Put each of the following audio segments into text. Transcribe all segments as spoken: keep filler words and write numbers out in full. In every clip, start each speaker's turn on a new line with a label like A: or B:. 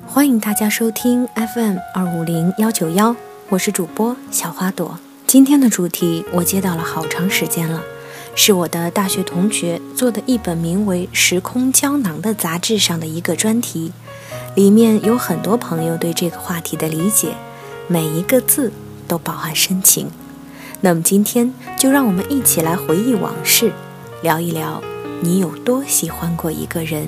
A: 欢迎大家收听 F M 二五零一九一，我是主播小花朵。今天的主题我接到了好长时间了，是我的大学同学做的一本名为《时空胶囊》的杂志上的一个专题，里面有很多朋友对这个话题的理解，每一个字都饱含深情。那么今天就让我们一起来回忆往事，聊一聊你有多喜欢过一个人。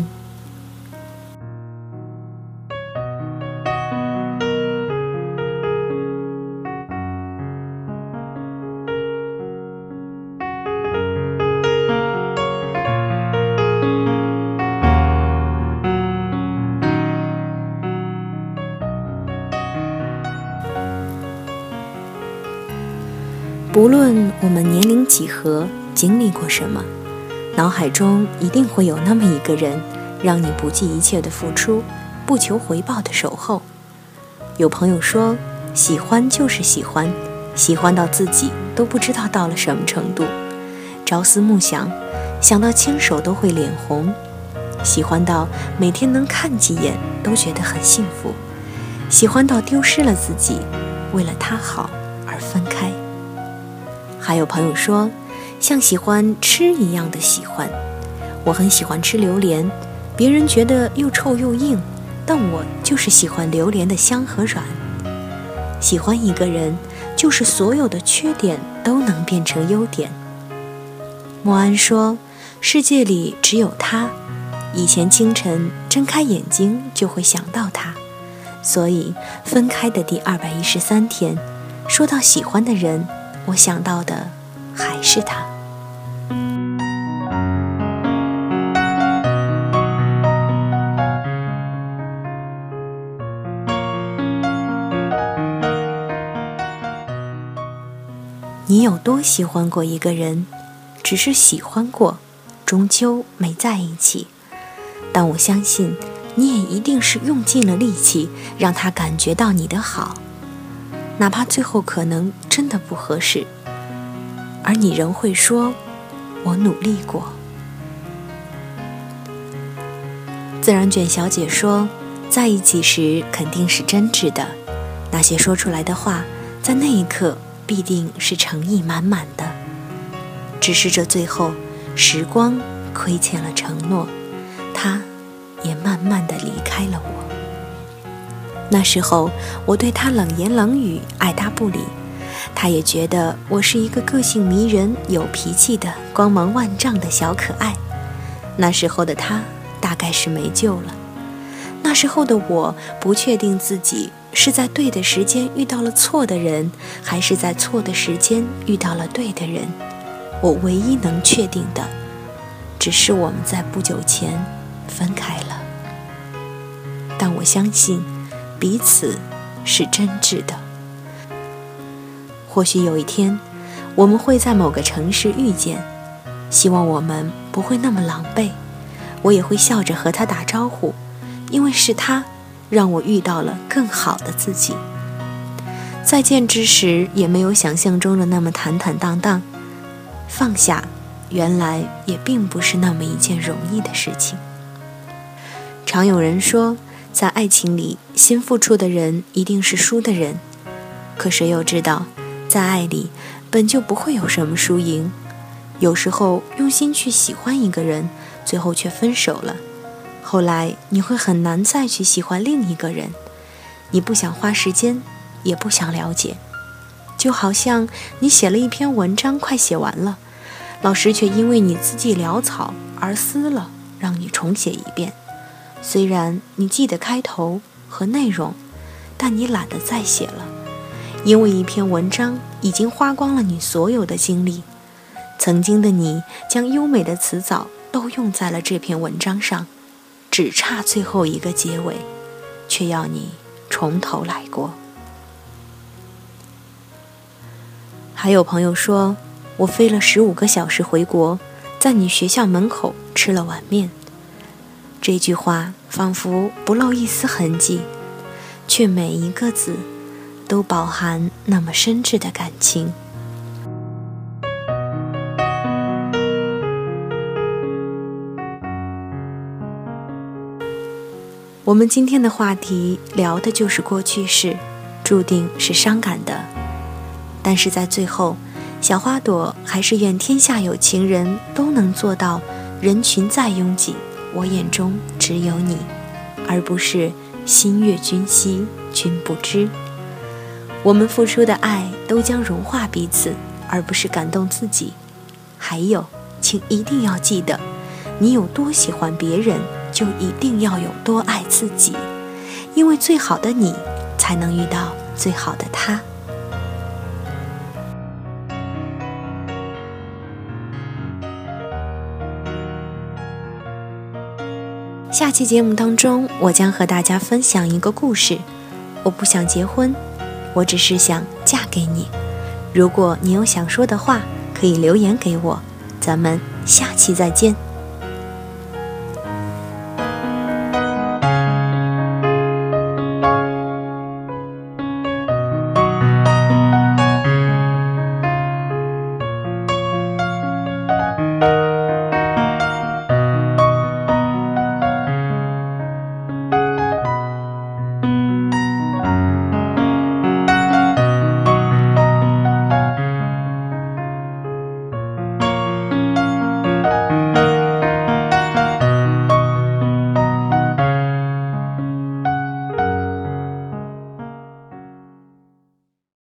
A: 不论我们年龄几何，经历过什么，脑海中一定会有那么一个人，让你不计一切的付出，不求回报的守候。有朋友说，喜欢就是喜欢，喜欢到自己都不知道到了什么程度，朝思暮想，想到牵手都会脸红，喜欢到每天能看几眼都觉得很幸福，喜欢到丢失了自己，为了他好而分开。还有朋友说，像喜欢吃一样的喜欢，我很喜欢吃榴莲，别人觉得又臭又硬，但我就是喜欢榴莲的香和软。喜欢一个人，就是所有的缺点都能变成优点。莫安说，世界里只有他，以前清晨睁开眼睛就会想到他，所以分开的第二百一十三天，说到喜欢的人，我想到的还是他。你有多喜欢过一个人？只是喜欢过，终究没在一起。但我相信，你也一定是用尽了力气，让他感觉到你的好，哪怕最后可能真的不合适，而你仍会说，我努力过。自然卷小姐说，在一起时肯定是真挚的，那些说出来的话，在那一刻必定是诚意满满的。只是这最后，时光亏欠了承诺，他也慢慢地离开了我。那时候我对他冷言冷语，爱答不理，他也觉得我是一个个性迷人、有脾气的光芒万丈的小可爱。那时候的他大概是没救了。那时候的我不确定自己是在对的时间遇到了错的人，还是在错的时间遇到了对的人。我唯一能确定的，只是我们在不久前分开了。但我相信彼此是真挚的。或许有一天，我们会在某个城市遇见，希望我们不会那么狼狈，我也会笑着和他打招呼，因为是他让我遇到了更好的自己。再见之时，也没有想象中的那么坦坦荡荡，放下原来也并不是那么一件容易的事情。常有人说，在爱情里，先付出的人一定是输的人，可谁又知道，在爱里本就不会有什么输赢。有时候用心去喜欢一个人，最后却分手了，后来你会很难再去喜欢另一个人，你不想花时间，也不想了解。就好像你写了一篇文章快写完了，老师却因为你字迹潦草而撕了，让你重写一遍。虽然你记得开头和内容，但你懒得再写了，因为一篇文章已经花光了你所有的精力。曾经的你将优美的词藻都用在了这篇文章上，只差最后一个结尾，却要你从头来过。还有朋友说，我飞了十五个小时回国，在你学校门口吃了碗面。这句话仿佛不露一丝痕迹，却每一个字都饱含那么深挚的感情。 我们今天的话题聊的就是过去式，注定是伤感的。但是在最后，小花朵还是愿天下有情人都能做到人群再拥挤，我眼中只有你，而不是心悦君兮君不知。我们付出的爱都将融化彼此，而不是感动自己。还有，请一定要记得，你有多喜欢别人，就一定要有多爱自己，因为最好的你才能遇到最好的他。下期节目当中，我将和大家分享一个故事。我不想结婚，我只是想嫁给你。如果你有想说的话，可以留言给我，咱们下期再见。